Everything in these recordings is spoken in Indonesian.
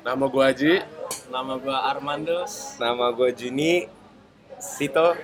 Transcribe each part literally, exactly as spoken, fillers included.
Nama gue Haji. Nama gue Armandos. Nama gue Juni, Sito,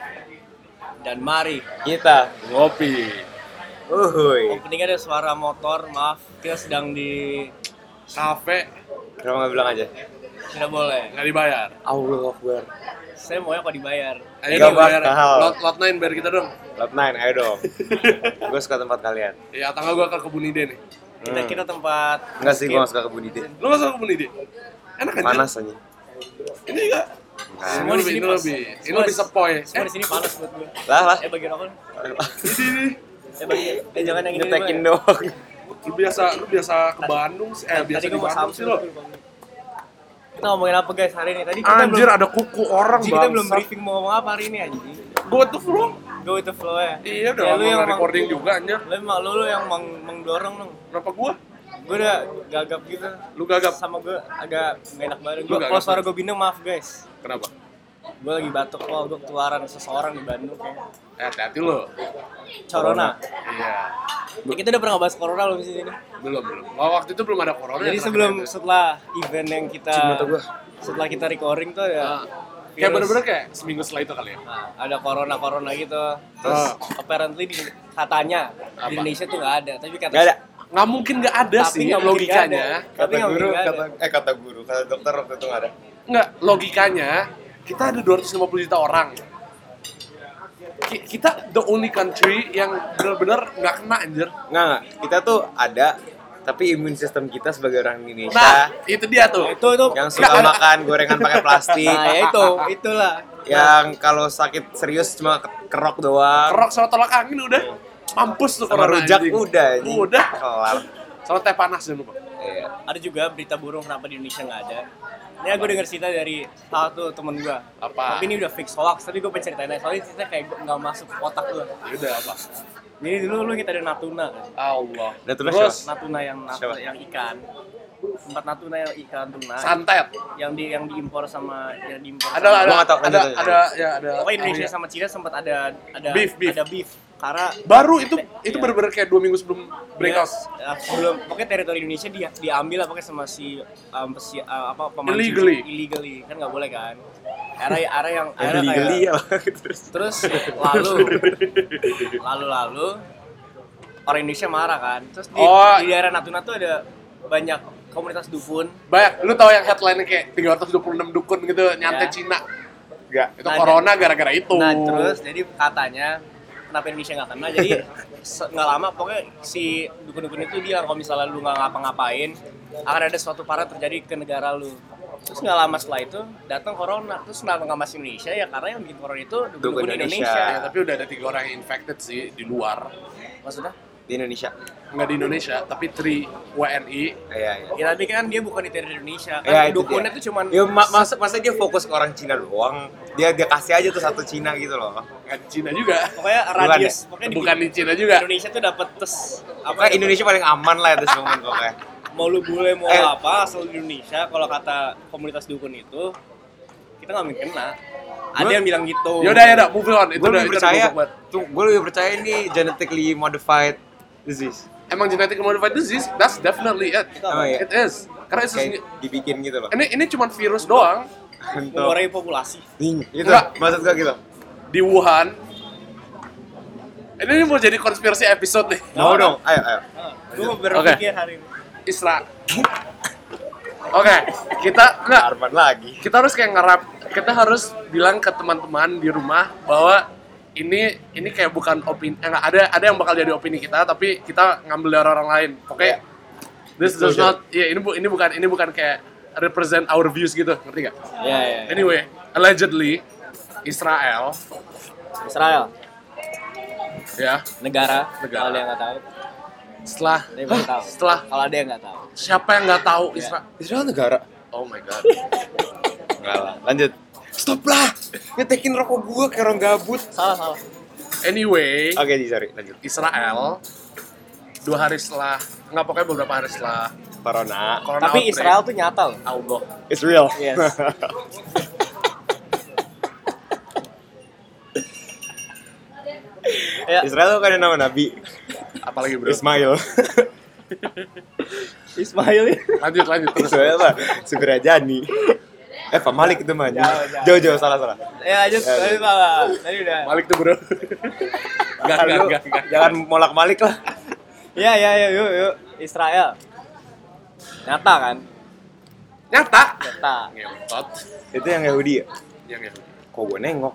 Dan mari kita Ngopi. uhuy. openingnya ada suara motor. Maaf, kita sedang di Kafe. Kenapa nggak bilang aja? tidak boleh. Nggak dibayar. Allah Akbar. Saya maunya kok dibayar. Ayo Nggak dong bayar. bakal. Lot, lot nine bayar kita dong. Lot nine, ayo dong. Gue suka tempat kalian. Ya, atau nggak gue ke kebun ide nih. Kita Hmm. kita tempat Enggak sih, gue skip. gak suka kebun ide. Lu nggak suka kebun ide? Enak aja. Panas aja. Ini enggak. Semua Ini di sini lebih, ini pas. lebih, ini Semua lebih di- sepoi. Semua di sini panas buat gue. Lah lah. Eh bagi rokok. Ini nih. Eh bagi eh jangan yang ini. Nyetekin Bang. doang. Lu biasa, lu biasa ke Bandung sih. Eh, biasa Tadi di gue mau Bandung sih lo. Samsung. Kita ngomongin apa guys hari ini? Tadi kita Anjir, belum ada kuku orang Ji, kita belum bangsat. briefing mau ngomong apa hari ini anjing. Gue tuh bro. Go with the flow ya. Iya, udah Ya, lama lu yang nggak mang- recording juga anjir. Lu emang lu, lu yang meng, mengdorong dong. Kenapa gua? Gue udah gagap gitu. Lu gagap. Sama gue agak gak enak badan. Lu Gue gagap. kalau suara gue bindeng maaf guys. Kenapa? Gue lagi batuk, wah gue ketularan seseorang di Bandung kayak Eh, hati-hati lo. corona. Iya. Ya, kita udah pernah ngebahas corona belum sih ini? Belum, belum. Oh, waktu itu belum ada corona. Jadi ya, sebelum terakhir itu. setelah event yang kita Cium mata gua. setelah kita recording tuh ya Ah. Kayak bener-bener kayak seminggu setelah itu kali ya. nah, ada corona corona gitu. Terus Ah. apparently di, katanya Apa? di Indonesia tuh nggak ada, tapi kata Gak ada. Nggak mungkin nggak ada Tapi sih nggak mungkin logikanya. nggak ada. Tapi Kata nggak guru, mungkin kata ada. eh kata guru, kata dokter waktu itu nggak ada. Nggak, logikanya kita ada dua ratus lima puluh juta orang. Ki- Kita the only country yang benar-benar nggak kena anjir. Nggak nggak. Kita tuh ada, tapi imun sistem kita sebagai orang Indonesia Nah, itu dia tuh. itu itu yang suka makan gorengan pakai plastik, nah ya itu itulah yang kalau sakit serius cuma ke- kerok doang, Kerok sama tolak angin udah mampus tuh sama corona, rujak anjing. udah, anjing. Udah. kelar. Sama teh panas jangan lupa. Iya. ada juga berita burung kenapa di Indonesia nggak ada. Ini gue denger cerita dari salah satu temen gue. Apa? Tapi ini udah fix hoax. Tapi gue pengen ceritain aja. Soalnya cerita kayak gua- nggak masuk otak gue. Ya udah apa? Jadi dulu lu kita ada Natuna kan. Allah. Nah, terus Terus Natuna yang Siapa? yang ikan. Tempat Natuna yang ikan tuna. santet. yang di yang diimpor sama yang diimpor. Ada sama- ada Gua nggak tahu, ada lanjut, lanjut. ada ya ada. Pokoknya Indonesia sama Cina sempat ada ada Beef, beef. ada beef. Karena Baru itu itu Iya. bener-bener kayak dua minggu sebelum breakout. Iya, sebelum pokoknya teritori Indonesia dia diambil lah pokoknya sama si um, si uh, apa pemancing Illegally. illegally kan nggak boleh kan. Era era yang Yang era geli-geli kayak ya. Terus terus lalu lalu lalu orang Indonesia marah kan. Terus di, Oh. di daerah Natuna tuh ada banyak komunitas dukun. Banyak, lu tahu yang headline-nya kayak tiga ratus dua puluh enam dukun gitu nyantet Ya. Cina. enggak. Itu Nah, corona gara-gara itu. Nah terus jadi katanya kenapa Indonesia nggak kena jadi se- nggak lama pokoknya si dukun-dukun itu bilang kalau misalnya lu nggak ngapa-ngapain akan ada suatu parah terjadi ke negara lu. Terus nggak lama setelah itu datang corona. Terus kenapa nggak masuk Indonesia ya karena yang bikin corona itu dukun-dukun Dukun Indonesia. Indonesia. Ya, tapi udah ada tiga orang yang infected sih di luar. Maksudnya? Di Indonesia. Nggak di Indonesia, tapi three W N I. Iya, iya. Ya tapi kan dia bukan di teritori Indonesia. Kan Ya, itu dukunnya dia. tuh cuman Ya, ma- masa masa dia fokus ke orang Cina doang. Dia dia kasih aja tuh satu Cina gitu loh. Nggak di Cina juga. pokoknya Bukan radius ya? pokoknya Bukan di Cina juga. Indonesia tuh dapat tes apa Pokoknya Indonesia paling aman lah itu semua pokoknya. mau lu bule mau Eh. apa asal di Indonesia kalau kata komunitas dukun itu kita nggak mungkin kena ada Gua- yang bilang gitu Yaudah, yaudah, move on. Itu Gue udah lebih itu udah percaya, goblok banget. tuh gue lebih percaya ini genetically modified disease. Emang genetic modified disease, that's definitely it. Oh, iya. It is. Karena itu Kayak dibikin gitu loh. ini ini cuma virus doang Untuk mengurangi populasi gitu. Enggak. Maksud gue gitu. di Wuhan. Ini mau jadi konspirasi episode nih. Mau dong, ayo ayo. gue mau berpikir hari ini Isra. Oke, kita enggak Arman lagi. kita harus kayak ngerap, kita harus bilang ke teman-teman di rumah bahwa ini ini kayak bukan opini, eh, nggak ada ada yang bakal jadi opini kita, tapi kita ngambil dari orang lain. Oke, this does Disclosure. not, ya ini bu, ini bukan ini bukan kayak represent our views gitu, ngerti gak? ya ya Anyway, allegedly Israel, Israel ya negara Negara. kalau ada yang nggak tahu setelah dia belum tahu setelah kalau ada yang nggak tahu siapa yang nggak tahu Israel? Israel negara. Oh my god. Enggak lah. Lanjut. Stop lah. Ngetekin rokok gua kayak orang gabut. salah salah Anyway, Oke, sorry, lanjut. Israel dua hari setelah, nggak pokoknya beberapa hari setelah Corona. corona tapi outbreak. Israel tuh nyata loh Allah. It's real. Yes. ya Israel tuh kan ada nama nabi Apalagi bro? Ismail. Ismail ya. Lanjut lanjut terus. Soalnya apa? Supir Ajani. Eh, Pak Malik itu mah. Jauh, jauh. Jauh, jauh, salah, salah. Ya lanjut, Ya, tadi Pak. Tadi udah. Malik tuh bro. Enggak enggak Lu enggak enggak. Jangan molak-malik lah. Ya ya ya yuk yuk Israel. Nyata kan? Nyata. Nyata. Ngentot. Itu yang Yahudi ya? Yang Yahudi. Kok gue nengok?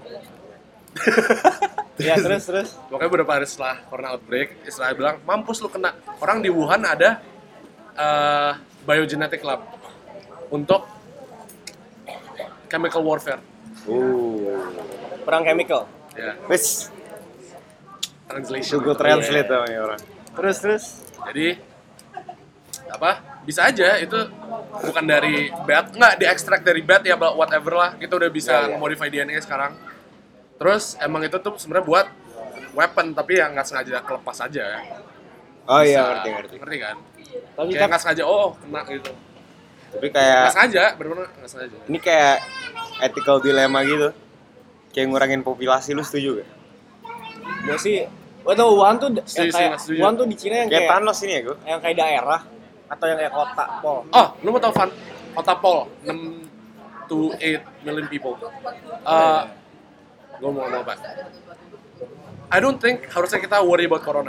Ya terus terus. Pokoknya beberapa hari setelah corona outbreak, Israel bilang, mampus lu kena. Orang di Wuhan ada uh, biogenetic lab untuk chemical warfare. Oh. Perang chemical. Ya, Wes, translation. gue translate sama ini orang. Terus terus. Jadi apa? Bisa aja itu bukan dari bat, nggak diekstrak dari bat ya, whatever lah. Kita udah bisa Ya, ya. modify D N A sekarang. Terus emang itu tuh sebenarnya buat weapon, tapi ya nggak sengaja kelepas aja. Oh Bisa. iya, ngerti, ngerti. Ngerti kan? Tapi Kayak nggak sengaja, oh kena gitu. Tapi Nggak kayak, sengaja, bener-bener nggak sengaja. ini kayak ethical dilemma gitu. Kayak ngurangin populasi, lu setuju gak? gue sih, gue tau Wuhan tuh yang Setuju sih, kayak nggak setuju. Wuhan tuh di Cina yang Kayak kayak Thanos ini ya gue. yang kayak daerah atau yang kayak kota, Pol. Oh, lu mau tau fun? Kota Pol, enam to eight million people. Uh, gue mau ngomong apa? I don't think harusnya kita worry about corona.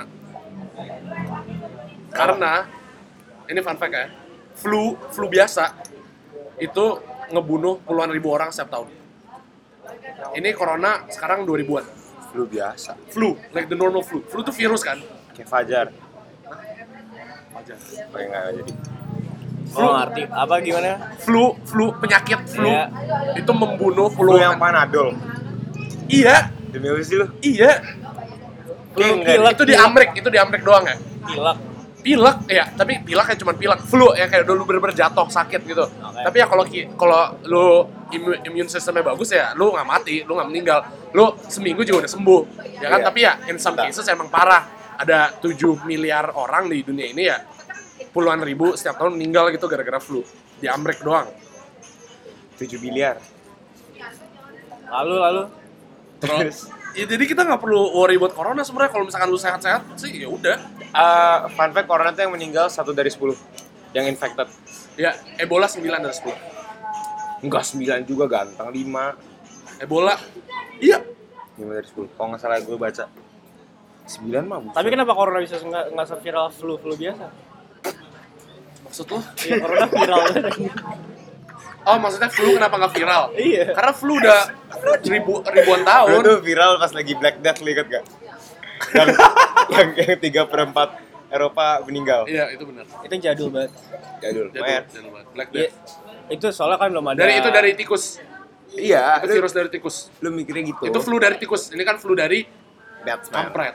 Karena, ini fun fact ya, flu, flu biasa itu ngebunuh puluhan ribu orang setiap tahun. Ini corona sekarang dua ribuan. Flu biasa. Flu, like the normal flu. Flu tuh virus kan? Kayak Fajar. Aja. Oke, nggak jadi. Oh ngerti, apa gimana? Flu, flu, penyakit flu Iya. itu membunuh Flu yang puluhan. Panadol. Iya, Demi apa sih lu? iya. Flu Kayak pilek, Itu di Amrik, itu di Amrik doang ya. pilek. Pilek ya, tapi pilek kayak cuma pilek. Flu ya kayak dulu bener-bener jatuh sakit gitu. Oke. Tapi ya kalau ki- kalau lu imu- immune systemnya bagus ya, lu nggak mati, lu nggak meninggal, lu seminggu juga udah sembuh, ya kan? Iya. Tapi ya in some cases emang parah. Ada tujuh miliar orang di dunia ini ya, puluhan ribu setiap tahun meninggal gitu gara-gara flu. Di Amrik doang. tujuh miliar. Lalu lalu. Terus, ya jadi kita nggak perlu worry buat corona sebenarnya. Kalau misalkan lu sehat-sehat sih ya udah. Uh, fun fact, corona itu yang meninggal satu dari sepuluh yang infected. Ya, Ebola sembilan dari sepuluh. Enggak, sembilan juga, ganteng, lima. Ebola, iya. lima dari sepuluh. Kalau nggak salah gue baca. sembilan mah buset. Tapi kenapa corona bisa nggak nggak seviral flu flu biasa? Maksud lu? Iya corona viral. Oh, maksudnya flu kenapa nggak viral? Iya. Karena flu udah ribu, ribuan Dulu tahun. tuh viral pas lagi Black Death, lu inget gak? yang, yang, yang tiga per empat Eropa meninggal. Iya, itu benar. Itu jadul banget. Jadul, Jadul, lumayan. jadul banget. Black Iya. Death. Itu soalnya kan belum ada. Dari itu dari tikus. Iya, Itu lu, virus dari tikus. lu mikirnya gitu. Itu flu dari tikus. Ini kan flu dari Batman. kampret.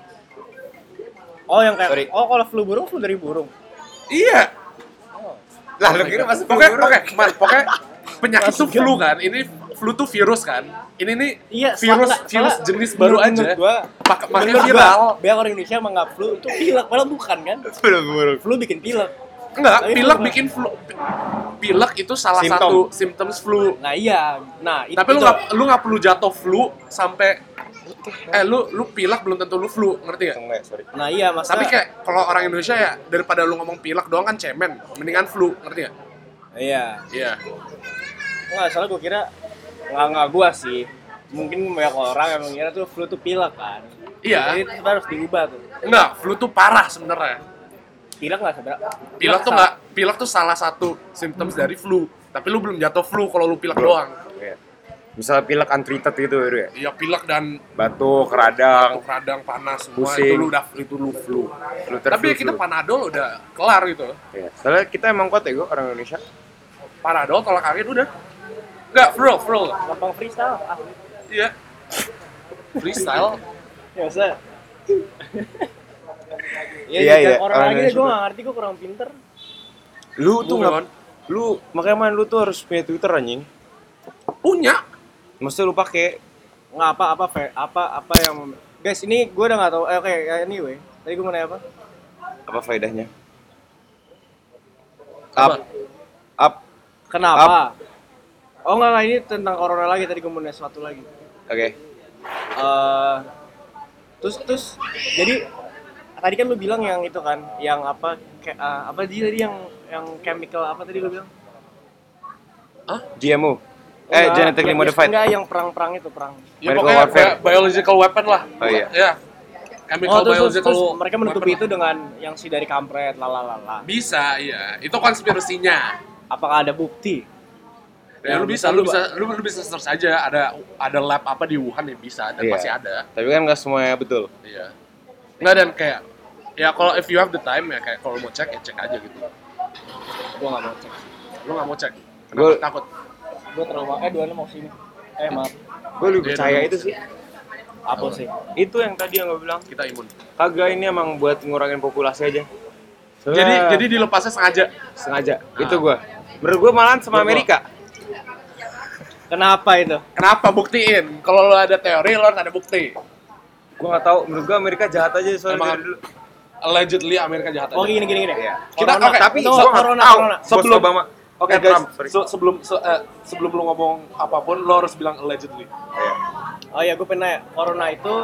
Oh yang kayak Sorry. oh kalau flu burung flu dari burung. Iya. Lah, lu kira pas Pokoknya, burung. oke, man, pokoknya penyakit itu flu kan. Ini flu tuh virus kan. Ini nih Iya, virus soalnya- virus soalnya jenis baru menurut aja. Gua, Mak- makanya menurut viral. gua, Biar orang Indonesia menganggap flu itu pilek, padahal bukan kan? Udah burung. Flu bikin pilek. Enggak, Tapi pilek flu- bikin flu. Pilek itu salah Simptom. satu symptoms flu. Nah iya, nah itu. Tapi lu itu. nggak lu nggak perlu jatuh flu sampai eh lu lu pilek belum tentu lu flu, ngerti gak? Enggak, sorry. Nah iya Tapi maksudnya. kayak kalau orang Indonesia ya daripada lu ngomong pilek doang kan cemen, mendingan flu, ngerti gak? Iya. Iya. Enggak, soalnya gua kira nggak nggak gua sih. Mungkin banyak orang yang mengira tuh flu tuh pilek kan. Iya. Jadi itu harus diubah tuh. Enggak, flu tuh parah sebenarnya. Pilek nggak sebenarnya. Pilek tuh nggak, pilek tuh salah satu symptoms dari flu. Tapi lu belum jatuh flu kalau lu pilek doang. Iya. Misalnya pilek untreated gitu baru ya. Iya, pilek dan Batuk, radang, batuk, radang, panas semua Pusing. itu lu udah itu lu flu. flu Tapi kita Panadol udah kelar gitu. Iya. Soalnya kita emang kuat ya, gue orang Indonesia. Panadol tolak angin udah. Enggak, flu, flu. Gampang freestyle. Ah, Iya. Freestyle. ya usah. Iya, Iya, iya. Orang Orang lagi deh, Indonesia gue tuh. nggak ngerti, gue kurang pinter. Lu tuh Gua nggak, kan. lu makanya man lu tuh harus punya Twitter anjing. Punya. Maksudnya lu pakai. Nggak apa apa fe, apa apa yang guys ini gue udah nggak tahu. Eh, Oke, anyway, tadi gue mau nanya apa? Apa faedahnya? Apa? Up. Up. Kenapa? Oh nggak nggak, ini tentang corona lagi. Tadi gue mau nanya sesuatu lagi. Oke. Eh, terus terus jadi tadi kan lu bilang yang itu kan, yang apa kayak eh, apa dia tadi yang yang chemical apa tadi lu bilang? G M O. Eh, Enggak, genetically yang- modified. Enggak, yang perang-perang itu, perang. Ya Medical pokoknya warfare. bi- biological weapon lah. Oh, iya. Ya. Chemical Oh, terus, terus, biological terus mereka menutupi weapon. itu dengan yang si dari kampret, lalalala. Bisa, iya. Itu konspirasinya. Apakah ada bukti? Ya, lu bisa, lu bisa, lu, lu bisa search aja ada ada lab apa di Wuhan yang bisa dan Iya. pasti ada. Tapi kan nggak semuanya betul. Iya. Nggak, dan kayak ya kalau if you have the time ya kayak kalau mau cek ya cek aja gitu. Gua nggak mau cek. Lu nggak mau cek. Kenapa? Gua- Takut. Gua terlalu eh dua mau sini. Eh maaf. Gue lebih Iya, percaya dulu. itu sih. Apa sih? Itu yang tadi yang gue bilang. Kita imun. Kagak, ini emang buat ngurangin populasi aja. Soalnya Jadi jadi dilepasnya sengaja. sengaja. Ah. Itu gue. Menurut gue malahan sama Menurut gua. Amerika. Kenapa itu? Kenapa buktiin? Kalau lu ada teori, lu harus ada bukti. Gue nggak tahu. Menurut gue Amerika jahat aja soalnya Emang dari dulu. allegedly Amerika jahat aja. Oh gini gini gini. Iya. Kita- Corona, oke, Tapi Itu gue nggak corona, tahu. corona. Bos Sebelum- Obama. Oke Eh, guys, Trump, sorry. se- sebelum se- eh, sebelum lu ngomong apapun, lu harus bilang allegedly. Iya. Oh iya, gue pernah ya. Corona itu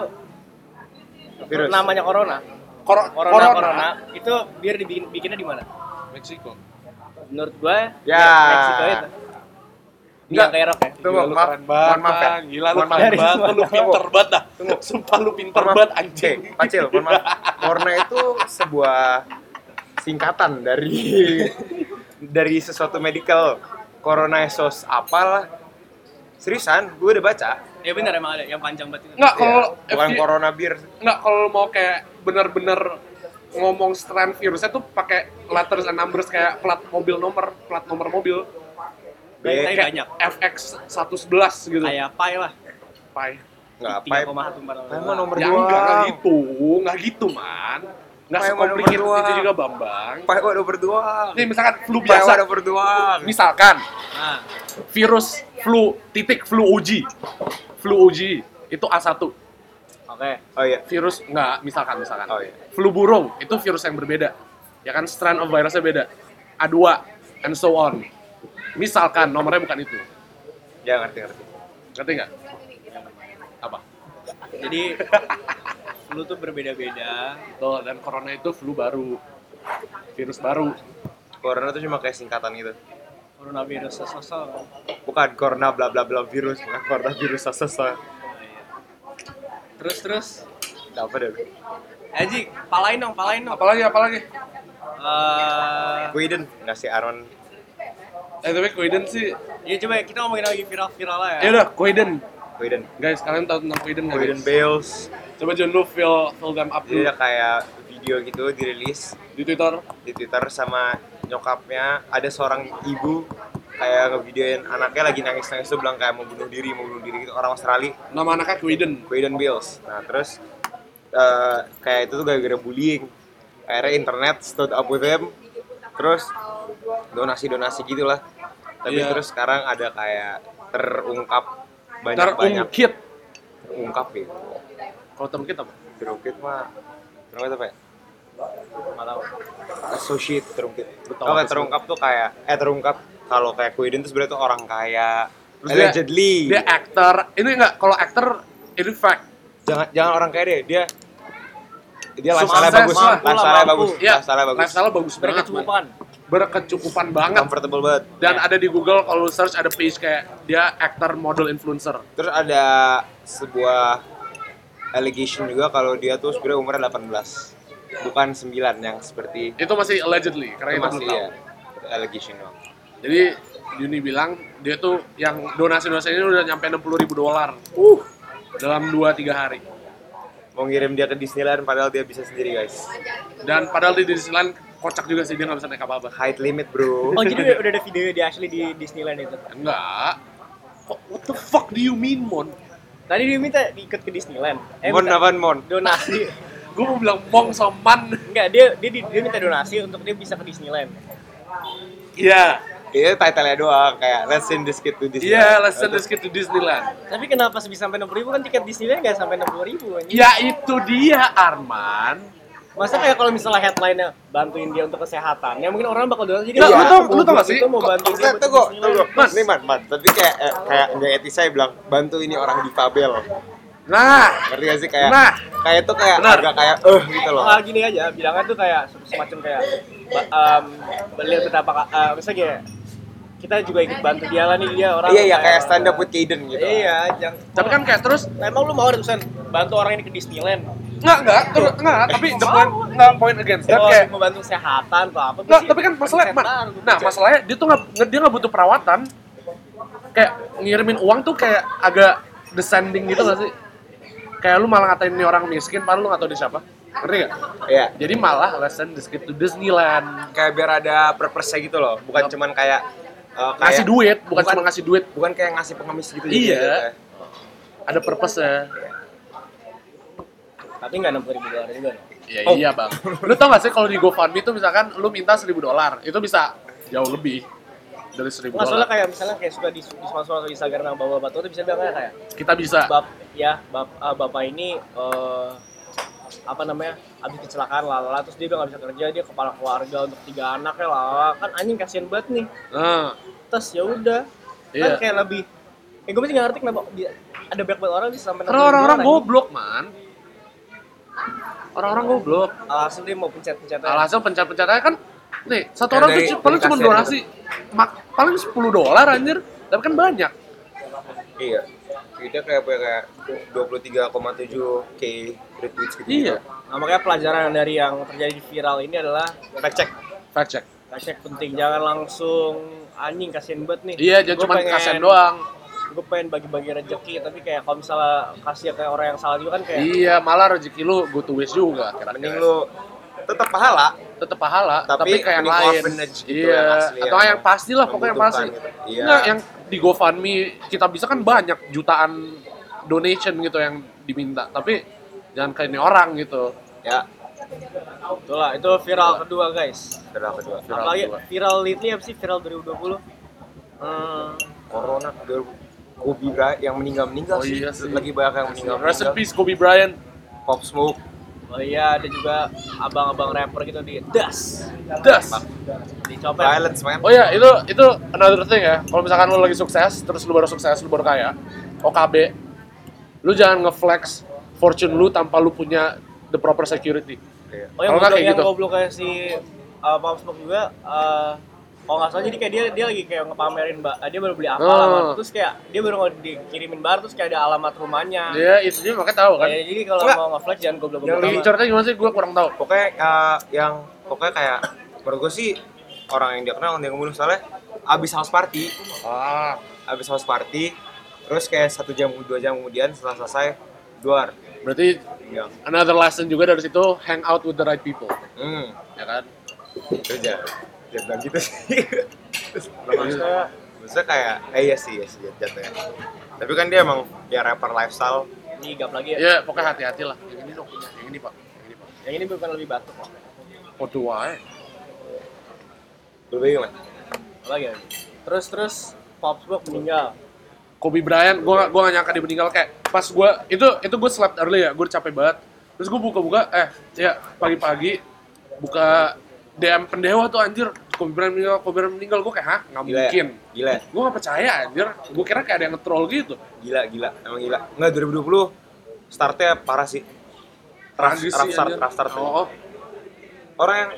Virus. namanya corona. Kor- Corona, corona, itu biar dibikin bikinnya di mana? Meksiko. Menurut gue Ya. Meksiko itu. Enggak. Yang kayak rock ya. Tunggu, Gila, lu maaf. keren banget, Mohon maaf ya. Bang. Gila lu Mohon maaf. keren Dari banget, semua. lu pinter banget dah. Tunggu. Sumpah lu pinter Mohon maaf. banget Oke, anjing. Pacil, mohon maaf. Corona itu sebuah singkatan dari dari sesuatu medical. Coronavirus apalah. Seriusan, gue udah baca. Ya benar emang ada yang panjang banget itu. Enggak, kalau Iya, bukan if you- corona bir. Enggak, kalau lu mau kayak bener-bener ngomong strain virusnya tuh pakai letters and numbers kayak plat mobil nomor, plat nomor mobil. Banyak, Kayak banyak. F X seratus sebelas gitu. Kayak pai lah. Pai. Enggak apa. tiga koma satu empat Emang nomor Ya dua. enggak, enggak gitu, enggak gitu man. Enggak Pai mah nomor sekomplikat dua. itu juga Bambang. Pak udah berdua. Nih misalkan flu Pak biasa, udah berdua. misalkan Nah, virus flu titik flu uji, flu uji itu A satu. oke. Oh iya. Virus enggak, misalkan misalkan. Oh iya. Flu burung itu virus yang berbeda. Ya kan strain of virusnya beda. A dua and so on. Misalkan nomornya bukan itu. Ya ngerti ngerti. Ngerti nggak? Apa? Jadi flu tuh berbeda-beda. Tuh, dan corona itu flu baru. Virus baru. Corona tuh cuma kayak singkatan gitu. Coronavirus sosok. Bukan corona bla bla bla virus, bukan corona virus sasa. Terus terus. Apa deh? Aji, palain dong, palain dong. Apalagi apalagi? Eh, Quiden ngasih Aaron. Eh tapi Quiden sih. ya coba kita ngomongin lagi viral-viral lah ya. Ya udah, Quiden. Quiden. Guys, kalian tahu tentang Quiden nggak? Quiden guys? Bales. Coba jangan lu fill fill them up Jadi dulu ada kayak video gitu dirilis di Twitter. di Twitter sama nyokapnya. Ada seorang ibu kayak ngevideoin anaknya lagi nangis-nangis tuh bilang kayak mau bunuh diri, mau bunuh diri gitu, orang Australia. Nama anaknya Quiden. Quiden Bales. Nah terus eh, kayak itu tuh gara-gara bullying. Akhirnya internet stood up with him. Terus donasi-donasi gitulah. Tapi Iya. terus sekarang ada kayak terungkap banyak-banyak Terungkit. terungkap gitu. Kalau terungkit apa? Terungkit mah terungkit apa ya? Nggak tahu. Associate terungkit. Betul, Oke, betul. terungkap tuh kayak eh terungkap kalau kayak Quiden tuh sebenarnya tuh orang kaya. Terus dia- Allegedly. Dia aktor. Ini enggak, kalau aktor ini fact. jangan jangan orang kaya deh. Dia dia Sukses lifestyle bagus, lah. lifestyle Mampu. bagus, Iya, lifestyle bagus. lifestyle bagus banget. Berkecukupan. Berkecukupan banget. Comfortable banget. Dan ada di Google kalau lu search ada page kayak dia actor, model, influencer. Terus ada sebuah allegation juga kalau dia tuh sebenarnya umurnya delapan belas. Bukan sembilan yang seperti Itu masih allegedly karena itu kita masih belum tahu. ya. Allegation doang. Jadi Yuni bilang dia tuh yang donasi-donasi ini udah nyampe enam puluh ribu dolar. Uh, dalam dua tiga hari. Mau ngirim dia ke Disneyland padahal dia bisa sendiri, guys. Dan padahal di Disneyland kocak juga sih, dia nggak bisa naik apa-apa. Height limit, bro. Oh jadi udah, udah ada video dia asli di Disneyland itu. Enggak. Kok- What the fuck do you mean, Mon? Tadi dia minta ikut ke Disneyland. Eh, Mon minta apaan, Mon? donasi. Gue mau bilang Mong Soman. Enggak, dia dia dia minta donasi untuk dia bisa ke Disneyland. Iya. Iya, title-nya doang kayak let's send this kid to Disneyland. Iya, let's send this kid to Disneyland. Tapi kenapa bisa sampai enam puluh ribu kan tiket Disneyland nggak sampai enam puluh ribu anjing. Ya itu dia, Arman. Masa kayak kalau misalnya headline-nya bantuin dia untuk kesehatan, ya mungkin orang bakal donasi jadi Nggak, "Wah, lu tau- mau lu tau nggak buat sih? itu mau Kok- bantu dia Enggak, buat tunggu, Disneyland." tunggu. Mas, nih, man, man. Tapi kayak eh, kayak nggak etis saya bilang bantu ini orang difabel. Nah, Ngerti gak sih kayak Nah. kayak tuh kayak Benar. agak kayak eh gitu loh. Ah, gini aja, bilangnya tuh kayak semacam kayak ba- um, lihat betapa uh, misalnya kayak kita juga ikut bantu dia lah nih, dia orang Iya iya kayak stand up with Kaden gitu. Iya, jangan. tapi kan kayak terus Emang lu mau terusan bantu orang ini ke Disneyland? enggak enggak terus enggak, tapi the point enggak point against that Oh, kayak membantu kesehatan atau apa? enggak, tapi kan masalahnya man, nah masalahnya dia tuh nggak dia nggak butuh perawatan, kayak ngirimin uang tuh kayak agak descending gitu nggak sih, kayak lu malah ngatain ini orang miskin padahal lu nggak tahu dia siapa, ngerti nggak? Iya. Jadi malah let's send this kid to Disneyland, Kayak biar ada purpose-nya gitu loh, bukan cuman kayak uh, kayak ngasih duit bukan, bukan- cuma ngasih duit, bukan kayak ngasih pengemis gitu Iya. gitu. ada purpose-nya. Tapi nggak enam puluh ribu dolar juga dong. Ya Oh. iya bang. Lu tau gak sih kalau di GoFundMe tuh misalkan lu minta seribu dolar, itu bisa jauh lebih dari seribu Nggak, soalnya dolar. kayak misalnya kayak suka di, di sponsor di Instagram sama bapak-bapak tuh bisa bilang kayak Kita bisa. bap ya bap, uh, bapak ini uh, apa namanya habis kecelakaan lalala terus dia udah nggak bisa kerja, dia kepala keluarga untuk tiga anak ya lalala, kan anjing kasihan banget nih. Nah, Terus ya udah kan Iya. kayak lebih eh gue masih nggak ngerti kenapa dia, ada banyak banget orang bisa sampai karena orang-orang goblok man. Orang-orang goblok. alasan dia mau pencet-pencet Alhasil pencet-pencetnya kan, nih satu Kayak orang tuh dari cu- paling cuma aplikasi donasi, mak paling sepuluh dolar anjir, tapi kan banyak. Iya. Kita kayak punya kayak dua puluh tiga koma tujuh K retweets gitu. Iya. Nah, makanya pelajaran dari yang terjadi di viral ini adalah Fact check. Fact check. fact check penting, jangan langsung anjing kasihan banget nih. Iya, jangan Gua cuma pengen- kasihan doang. Gue pengen bagi-bagi rezeki, tapi kayak kalau misalnya kasih ke orang yang salah juga kan kayak Iya, malah rezeki lu go to waste juga Mending kira-kira. lu tetap pahala. Tetap pahala, Tapi tapi, kayak yang mending lain. orphanage gitu, Iya, yang asli, atau yang yang pasti lah, pokoknya yang pasti. membutuhkan gitu. Iya. Enggak, yang di GoFundMe kita bisa kan banyak jutaan donation gitu yang diminta, tapi jangan kayak ini orang gitu. Ya, itulah itu viral kedua guys. viral kedua. Viral Apalagi kedua. viral lately apa sih viral dua ribu dua puluh? Hmm, Corona dua ribu Kobe Bryant yang meninggal-meninggal Oh sih. iya sih. Lagi banyak yang meninggal. Rest in peace Kobe Bryant. Pop Smoke. oh iya ada juga abang-abang rapper gitu di das Das. dicopet. Violence man. Oh iya, itu itu another thing ya. Kalau misalkan lu lagi sukses, terus lu baru sukses, lu baru kaya, O K B, lu jangan nge-flex fortune lu tanpa lu punya the proper security. Iya. Oh yang Kalau nggak goblok, kayak yang gitu. goblok kayak si uh, Pop Smoke juga uh, kalau nggak salah jadi kayak dia dia lagi kayak ngepamerin mbak dia baru beli apa Oh. alamat terus kayak dia baru mau dikirimin barang terus kayak ada alamat rumahnya. Iya, itu dia makanya tahu kan. Ya, jadi kalau Enggak. mau nge-flex jangan Yang goblok-goblok Yang amat. ceritanya gimana sih? Gue kurang tahu. Pokoknya uh, yang pokoknya kayak menurut gue sih orang yang dia kenal yang ngebunuh soalnya abis house party, Ah, abis house party, terus kayak satu jam dua jam kemudian setelah selesai luar. berarti Ya. another lesson juga dari situ, hang out with the right people, Hmm. ya kan? Terus jangan jangan bilang gitu sih. Maksudnya Maksudnya kayak, eh iya sih, iya sih jatuhnya. Tapi kan dia emang ya rapper lifestyle. nyigap lagi ya. Ya, pokoknya hati-hati lah. Yang ini dong, yang ini pak, yang ini pak. Yang ini bukan lebih batuk kok. Foto wae. Lebih gimana? Apa lagi? lagi? Terus terus Pop Smoke meninggal. Kobe Bryant, gue gak, gua gak nyangka dia meninggal kayak pas gue itu itu gue slept early ya, gue capek banget. Terus gue buka-buka, eh ya pagi-pagi buka D M pendewa tuh anjir, Kobe Bryant meninggal, Kobe Bryant meninggal, gue kayak hah nggak Gila ya? mungkin. Gila ya? Gue gak percaya anjir, gue kira kayak ada yang nge-troll gitu. Gila, gila, emang gila. Enggak, dua ribu dua puluh startnya parah sih. Rough, Tragis rough sih, start, anjir. rough start. Oh, Orang yang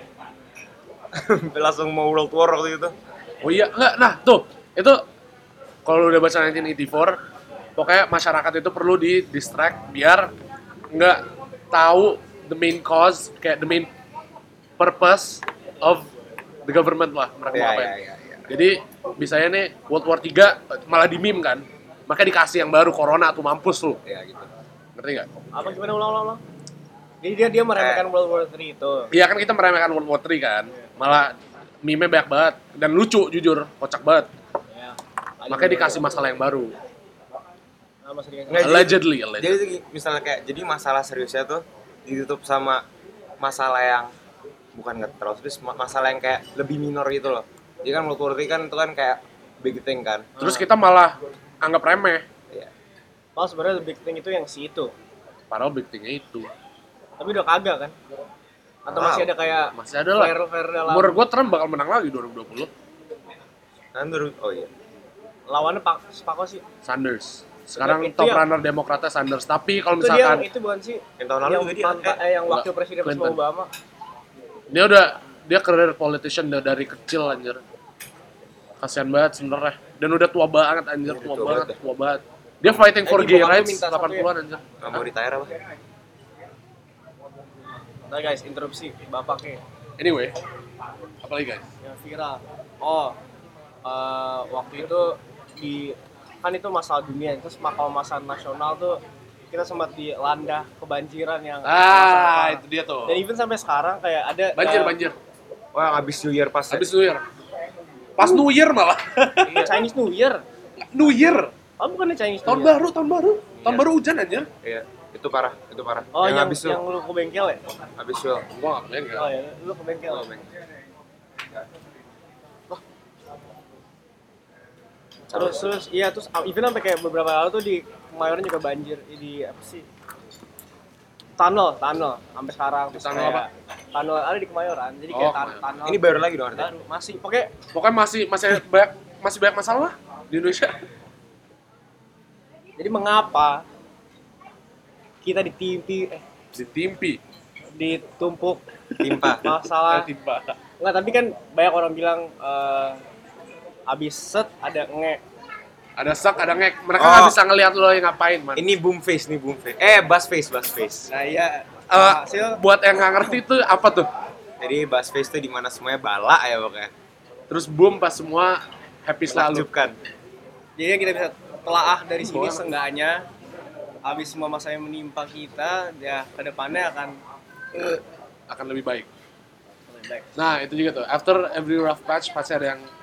langsung mau World War waktu itu. oh iya, enggak, nah tuh, itu kalau udah baca nineteen eighty-four, pokoknya masyarakat itu perlu di distract biar nggak tahu the main cause, kayak the main purpose of the government lah, mereka mau Iya, ngapain. iya, iya, iya. Jadi, misalnya nih, World War tiga malah di meme kan, makanya dikasih yang baru, Corona tuh mampus lu, Ya gitu. ngerti nggak? Apa gimana ulang-ulang? Jadi dia dia meremehkan World War three itu. Iya kan kita meremehkan World War tiga kan, malah meme banyak banget, dan lucu jujur, kocak banget. Ya. Makanya dikasih masalah yang baru. Nah, maksudnya Nggak, jadi- Allegedly, allegedly. Jadi tuh misalnya kayak, jadi masalah seriusnya tuh ditutup sama masalah yang bukan nggak terlalu serius, ma- masalah yang kayak lebih minor gitu loh. Jadi kan World War three kan itu kan kayak big thing kan. Terus kita malah anggap remeh. Iya. oh sebenarnya the big thing itu yang si itu. Padahal big thing-nya itu. Tapi udah kagak kan? Atau Wow. masih ada kayak Masih ada lah. flare-flare dalam Menurut gue Trump bakal menang lagi dua ribu dua puluh. Kan dulu- oh iya. lawannya Pak Spako sih. Sanders. Sekarang Itu top yang- runner Demokratnya Sanders. Tapi kalau Itu dia misalkan itu bukan sih Yang tahun lalu yang juga dia. mantan- eh, yang wakil presiden pas Clinton. Obama. dia udah dia career politician udah dari kecil anjir. Kasian banget sebenarnya. Dan udah tua banget anjir, Udah tua, tua banget, banget ya. tua banget. Dia fighting for Jadi gay bokap tuh rights minta satu delapan puluhan anjir. Nggak mau retire apa? Nah guys, interupsi bapaknya Anyway, apalagi guys? yang viral. Oh, eh, waktu itu di kan itu masalah dunia, terus kalau masalah nasional tuh kita sempat dilanda kebanjiran yang Ah, sangat itu dia tuh. parah. Dan even sampai sekarang kayak ada Banjir, eh, banjir. Wah, yang abis New Year pas ya? Habis New Year. Pas New Year malah. Chinese New Year. New Year. Oh bukannya Chinese New Tahun Year? baru, tahun baru. Tahun Iya. baru hujan anjir. Iya, itu parah, itu parah. Oh yang abis yang, tuh, lu ke bengkel ya? abis tuh. Gua enggak pengen Oh ya, lu ke bengkel. Oh, Bang. Terus terus iya terus even sampai kayak beberapa lalu tuh di Kemayoran juga banjir di apa sih? Tunnel, tunnel sampai sekarang terus Tunnel kayak- apa? Tunnel ada di Kemayoran. Jadi Oh, kayak tan- Kemayoran. tunnel. Ini baru lagi dong artinya? baru masih pokoknya Pokoknya masih masih banyak masih banyak masalah di Indonesia. jadi mengapa kita ditimpi eh Ditimpi, ditumpuk Timpa. masalah timpa. enggak tapi kan banyak orang bilang eh abis set ada nge Ada sak, ada ngek. Mereka Oh. nggak bisa ngelihat lo yang ngapain, man. Ini boom face, nih boom face. Eh, buzz face, buzz face. nah iya Eh, hasil buat yang nggak ngerti itu apa tuh? Jadi buzz face tuh dimana semuanya bala ya pokoknya. Terus boom pas semua happy selalu. Menakjubkan. jadi kita bisa telaah dari sini Boleh. seenggaknya abis semua masa yang menimpa kita ya kedepannya akan eh, Akan lebih baik. lebih baik. Nah, itu juga tuh. After every rough patch pasti ada yang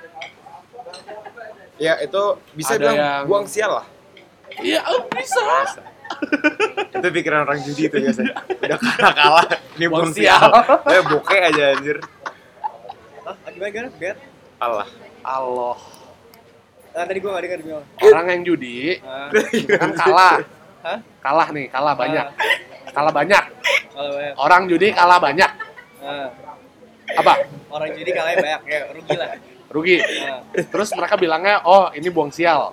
Ya, itu bisa Ada bilang yang- buang sial lah. iya, oh, bisa. Itu pikiran orang judi itu biasanya. Udah kalah-kalah, ini Buang buang sial. sial. Eh, bokeh aja anjir. Ah, gimana gimana? Bet? Allah. Allah. Ah, tadi gua nggak dengar gimana. Orang yang judi Ah, kan kalah. hah? Kalah nih, kalah banyak. Kalah banyak. Kalau banyak. Orang judi kalah banyak. Ah, Apa? orang judi kalahnya banyak ya rugi lah. Rugi. Ah. Terus mereka bilangnya, oh ini buang sial.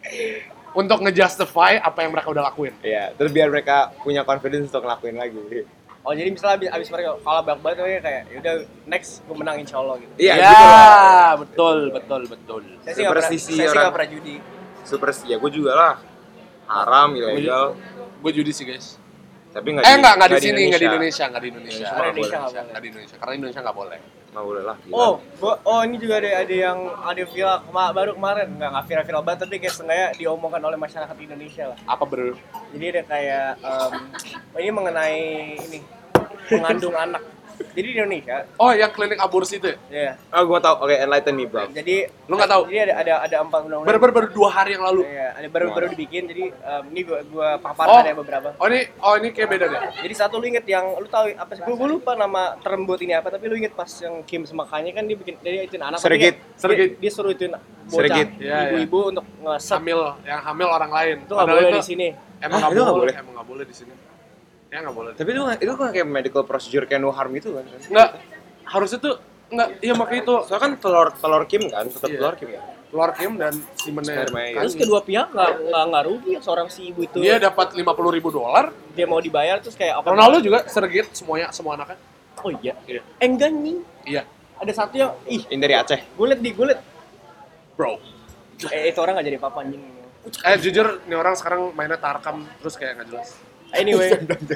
Untuk ngejustify apa yang mereka udah lakuin. Iya, terus biar mereka punya confidence untuk ngelakuin lagi. Oh jadi misalnya abis, abis mereka kalah banyak banget kayak kayak yaudah next gue menang insya Allah gitu. Iya, Ya, gitu lah. betul, betul, betul. Saya sih nggak pernah, Superstisi saya sih orang. nggak pernah judi. Super ya gue juga lah. Haram, ilegal. Gue judi sih guys. Tapi nggak Eh enggak, enggak di sini, enggak di Indonesia, enggak di Indonesia. Indonesia Enggak nggak boleh. di Indonesia, karena Indonesia enggak boleh. Nggak boleh lah. gila. Oh, gua, oh ini juga ada ada yang ada yang viral kema- baru kemarin nggak nggak viral viral banget tapi kayak setengahnya diomongkan oleh masyarakat Indonesia lah. Apa bro? Jadi ada kayak em, ini mengenai ini mengandung anak. Jadi di Indonesia, Oh, yang klinik aborsi itu ya? ya. Oh, gue tau. Oke, enlighten me, bro. Jadi Lu nggak tahu? Jadi ada ada ada empat undang-undang. Baru-baru baru dua hari yang lalu. Iya, ada baru baru dibikin. Jadi em, ini gua gua Oh. paparkan ya beberapa. Oh ini, oh ini kayak beda deh. Jadi satu lu inget yang lu tahu apa sih? Gua, gua lupa nama term buat ini apa, tapi lu inget pas yang Kim sama Kanye kan dia bikin dia ituin anak. tapi Sergit. dia- Sergit. Dia, dia suruh ituin bocah, Sergit. Iya, ibu-ibu untuk ngeset. Hamil, yang hamil orang lain. Itu nggak Padahal boleh itu di sini. Emang Hah, nggak itu nggak boleh. boleh? Emang nggak boleh di sini. Ya nggak boleh. Tapi itu itu kan kayak medical procedure kayak no harm gitu kan? Nggak, harusnya tuh nggak. Iya makanya itu Soalnya kan telur telur Kim kan, tetap Iya. telur Kim ya. keluar Kim dan semennya. Sperma ya. Terus kedua pihak nggak nggak nggak rugi seorang si ibu itu. Dia dapat lima puluh ribu dolar. Dia mau dibayar terus kayak apa? Ronaldo juga sergit semuanya semua anaknya. Oh iya. Iya. Eh, enggak nih. Iya, Ada satu yang ih, Ini dari Aceh. gue liat di gue liat. bro. Eh itu orang nggak jadi apa-apa anjing. Eh jujur, nih orang sekarang mainnya Tarkam terus kayak nggak jelas. Anyway,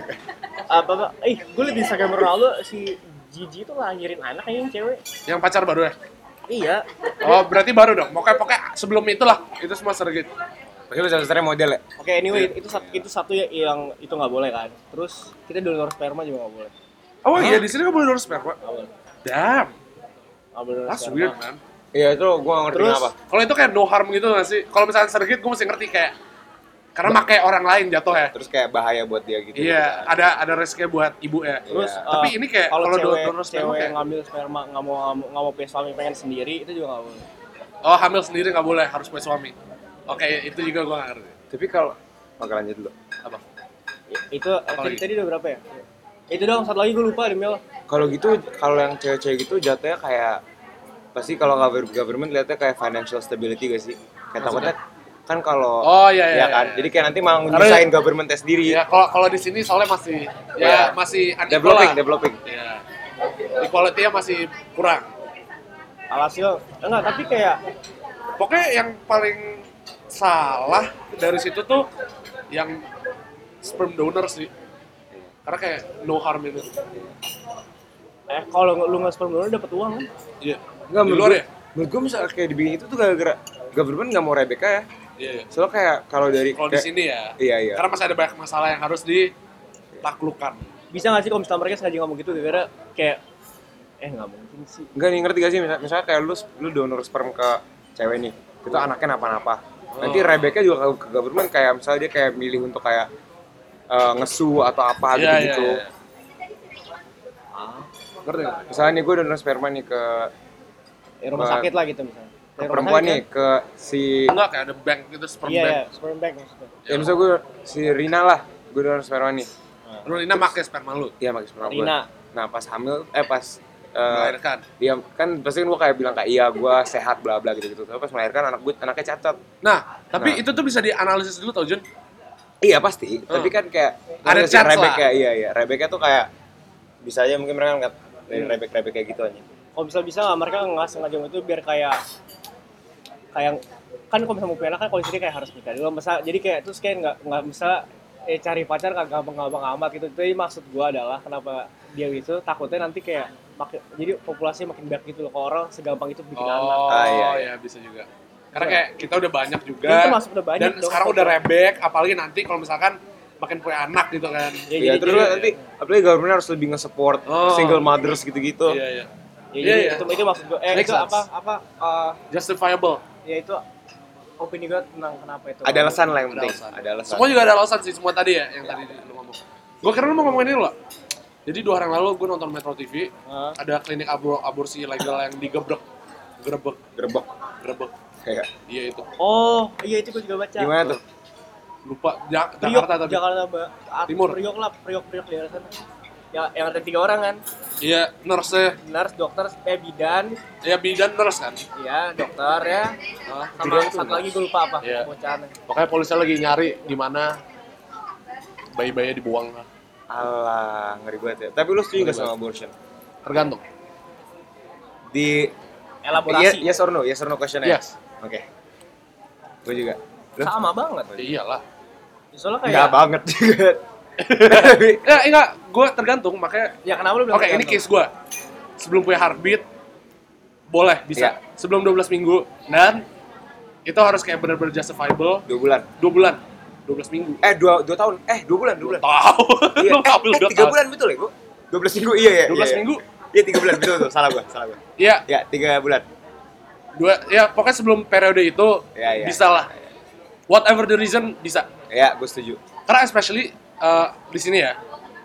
apa apa? Eh, gue liat di Instagram Ronaldo si Gigi itu lahirin anak yang cewek. Yang pacar baru ya? Iya. Oh berarti baru dong. Pokoknya pokoknya sebelum itulah itu semua sergit. Pasti lu dasarnya model ya? Oke, anyway, itu satu itu satu ya yang itu nggak boleh kan. Terus kita donor sperma juga nggak boleh. Oh iya di sini nggak boleh donor sperma. Nggak boleh. Damn, Nggak boleh donor that's sperma. weird man. Iya itu gua nggak ngerti Terus- kenapa. Kalau itu kayak no harm gitu nggak sih? Kalau misalnya sergit gue mesti ngerti kayak karena pakai orang lain jatuh ya. Terus kayak bahaya buat dia gitu. Iya, ada ada risknya buat ibu ya. Terus Iya. Tapi eh, ini kayak kalau kalau cewek, donor sperma cewek kayak yang ngambil sperma nggak mau nggak mau- nggak mau punya suami pengen sendiri itu juga nggak boleh. oh hamil sendiri nggak boleh harus punya suami. Oke itu juga gue nggak ngerti. Tapi kalau oke lanjut dulu. Apa? Ya, itu eh, Apa tadi lagi? tadi udah berapa ya? Itu dong satu lagi gue lupa demi Allah. Kalau gitu, kalau yang cewek-cewek gitu jatuhnya kayak pasti kalau government government lihatnya kayak financial stability gak sih? Kayak takutnya kan kalau Oh iya iya. ya kan. iya. Jadi kayak nanti malah Karena- nyusahin government tes sendiri. Ya kalau kalau di sini soalnya masih ya Iya. masih unequal Developing, lah. developing. Ya. Equality-nya masih kurang. Alhasil enggak, tapi kayak Pokoknya yang paling salah dari situ tuh yang sperm donor sih. Karena kayak no harm itu. eh kalau lu nggak sperm donor dapat uang kan? Iya. Enggak, Di menurut luar gue, ya? menurut gue misalnya kayak dibikin itu tuh gara-gara government nggak mau Rebecca ya. Iya, iya. Soalnya kayak kalau dari Kalau di kayak- sini ya. Iya, iya. Karena masih ada banyak masalah yang harus ditaklukkan. Bisa nggak sih kalau misalnya mereka sengaja ngomong gitu gara-gara kayak eh nggak mungkin sih. Enggak nih, ngerti gak sih misalnya, misalnya kayak lu lu donor sperm ke cewek nih. Itu anaknya napa-napa. Nanti Oh. Rebecca juga ke, ke government kayak misalnya dia kayak milih untuk kayak eh, ngesu atau apa Iya, gitu iya, gitu. iya. Ngerti nggak? Misalnya nih gue donor sperma nih ke, Ya, rumah Ba- sakit lah gitu misalnya. ke Kayak rumah perempuan sakit nih ke si Enggak kayak ada bank gitu, sperm kan? Iya, bank. iya, sperm bank maksudnya. ya misalnya gue si Rina lah, gue donor sperma nih. Lu Lina pakai sperma lu, Iya pakai sperma gue. Rina. Nah pas hamil eh pas eh, melahirkan. dia kan pasti kan gue kayak bilang kayak iya gue sehat bla bla gitu gitu. Tapi pas melahirkan anak gue anaknya cacat. Nah, tapi Nah. itu tuh bisa dianalisis dulu tau Jun. Iya pasti. Tapi kan kayak Ada si chance Rebecca, lah. iya iya. Rebecca tuh kayak bisa aja mungkin mereka ngeliat dari Hmm. Rebecca Rebecca kayak gitu aja. Kalau bisa bisa nggak mereka nggak sengaja itu biar kayak kayak kan kalau misalnya mau punya anak kan kalau di sini kayak harus nikah dulu masa jadi kayak terus kayak nggak nggak bisa eh cari pacar nggak gampang-gampang amat gitu. Jadi maksud gua adalah kenapa dia gitu takutnya nanti kayak makin jadi populasinya makin banyak gitu loh, kalau orang segampang itu bikin anak. Oh, Ah, iya, iya, bisa juga. Karena Iya. kayak kita udah banyak juga. Ini termasuk udah banyak Dan dong. sekarang udah rebek, apalagi nanti kalau misalkan makin punya anak gitu kan. Ya, Iya jadi- terus jadi- nanti apalagi government harus lebih nge-support Oh. single mothers gitu-gitu. Iya, iya. Ya, Iya, jadi iya. itu itu maksud gua eh Make itu sense. apa apa eh, Justifiable. ya itu opini gua tentang kenapa itu. Ada alasan lah yang Ada penting. alasan. Ada alasan. Semua juga ada alasan sih, semua tadi ya yang tadi lu ngomong. Gue kira lu mau ngomongin ini loh. Jadi dua hari yang lalu gue nonton Metro T V, Hah? ada klinik abor aborsi ilegal yang digebrek. Gerebek, Gerbek. gerebek. Kayak Iya itu. Oh, iya itu gua juga baca. gimana tuh? Lupa Ja- Priok, Jakarta tapi. Jakarta Ba- ah, Timur. Priok lah, Priok Priok di daerah sana. Ya, yang ada tiga orang kan, Iya, nurse nurse, dokter, eh bidan, ya bidan nurse kan. ya dokter ya, Ah, sama Bidan tuh satu lagi gue lupa apa, Iya. bocahan. Pokoknya polisi lagi nyari di mana bayi-bayinya dibuang. Alah, ngeri banget ya. Tapi lu setuju gak sama abortion? Tergantung. Di Elaborasi. Yes, yes or no? Yes or no question ya? Yes. Oke. Gue juga. Lu? Sama banget. Ya iyalah. Soalnya kayak, Enggak banget juga. Ya enggak, gue tergantung makanya. ya kenapa lu bilang Oke, ini tergantung? case gue. Sebelum punya heartbeat, boleh bisa. Iya. Sebelum dua belas minggu dan itu harus kayak bener-bener justifiable Dua bulan. dua bulan, dua belas minggu. Eh, dua, dua tahun. Eh, dua bulan, dua bulan. Tahu. Iya. Lu Eh, ambil eh, dua tiga tahun. bulan betul ya, Bu? Dua belas minggu, iya ya. dua belas iya, iya. minggu. Iya, tiga bulan, betul tuh. Salah gua, salah gua. Iya, Ya, tiga bulan. dua ya pokoknya sebelum periode itu Ya, ya. bisa lah. Whatever the reason bisa. Ya, gue setuju. Karena especially uh, di sini ya.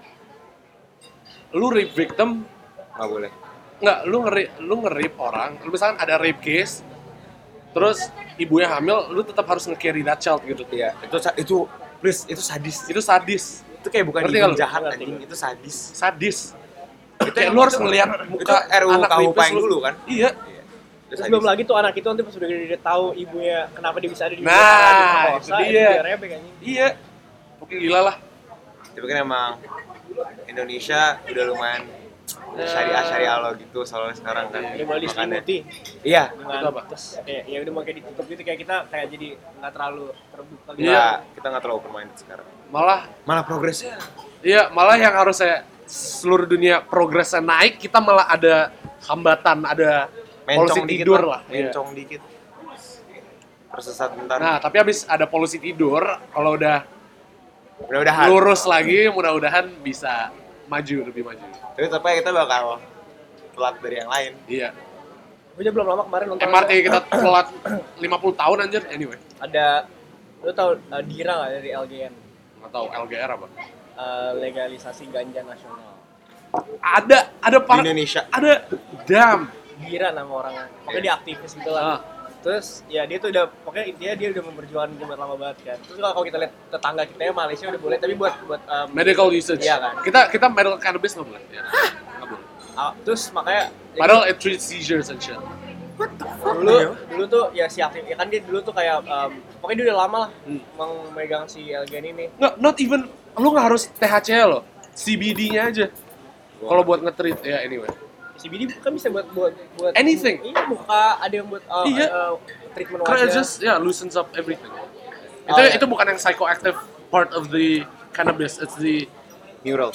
Lu rape victim Nggak boleh. nggak lu ngeri lu nge-rape orang, lu misalkan ada rape case, terus ibunya hamil, lu tetap harus nge-carry that child gitu. Iya, itu sa- itu please, itu sadis. Itu sadis, Itu kayak bukan Ngerti ibu nggak lu? jahat Ngerti anjing, gue. itu sadis. sadis. Itu Kayak yang- lu harus itu- ngelihat itu muka R U U anak K H U rapist Pahing lu. dulu kan? Iya. Iya. Itu Terus sadis. belum lagi tuh anak itu nanti pas udah gede dia tahu ibunya kenapa dia bisa ada di Nah, diperkosa, itu dia. dia rebek anjing. Iya. Oke gila lah. Tapi kan emang Indonesia udah lumayan Ya. syariah syariah lo gitu soalnya sekarang kan. Udah mulai Makanya- diselimuti Iya. dengan Itu apa? terus kayak ya udah mau kayak ditutup gitu kayak kita kayak jadi nggak terlalu terbuka gitu. Iya. Iya. Kita nggak terlalu open minded sekarang. Malah Malah progresnya. iya, malah yang harusnya seluruh dunia progresnya naik, kita malah ada hambatan, ada polusi Mencong dikit tidur lah. lah. Iya. Mencong dikit. Tersesat bentar. Nah, tapi habis ada polusi tidur, kalau udah Mudah-mudahan. lurus lagi, mudah-mudahan bisa maju, lebih maju. Tapi tapi kita bakal telat dari yang lain. Iya. Gue aja belum lama kemarin nonton M R T kita telat lima puluh tahun anjir. Anyway, ada lu tau uh, Dira nggak dari L G N, nggak tahu L G R apa. Uh, legalisasi ganja nasional. Ada, ada Di par Indonesia. ada dam. Dira nama orangnya, pokoknya Iya. dia aktivis gitu lah. Ah. Terus ya dia tuh udah pokoknya intinya dia udah memperjuangkan buat lama banget kan. Terus kalau kita lihat tetangga kita ya Malaysia udah boleh, tapi buat buat um, Medical usage. Iya kan. Kita kita medical cannabis nggak boleh. Ya. Nggak boleh. ah, terus makanya jadi- Padahal it treats seizures and shit. dulu dulu tuh ya si aktif ya kan dia dulu tuh kayak um, pokoknya dia udah lama lah Hmm. memegang si L G N ini. Nggak, not even, lu nggak harus T H C loh, C B D-nya aja. Kalau buat nge-treat, ya anyway. C B D kan bisa buat buat buat Anything. Iya, muka ada yang buat uh, Iya. uh, treatment Karena it wajah. just, yeah, loosens up everything. Oh, Itu iya. itu bukan yang psychoactive part of the cannabis, it's the, Neural.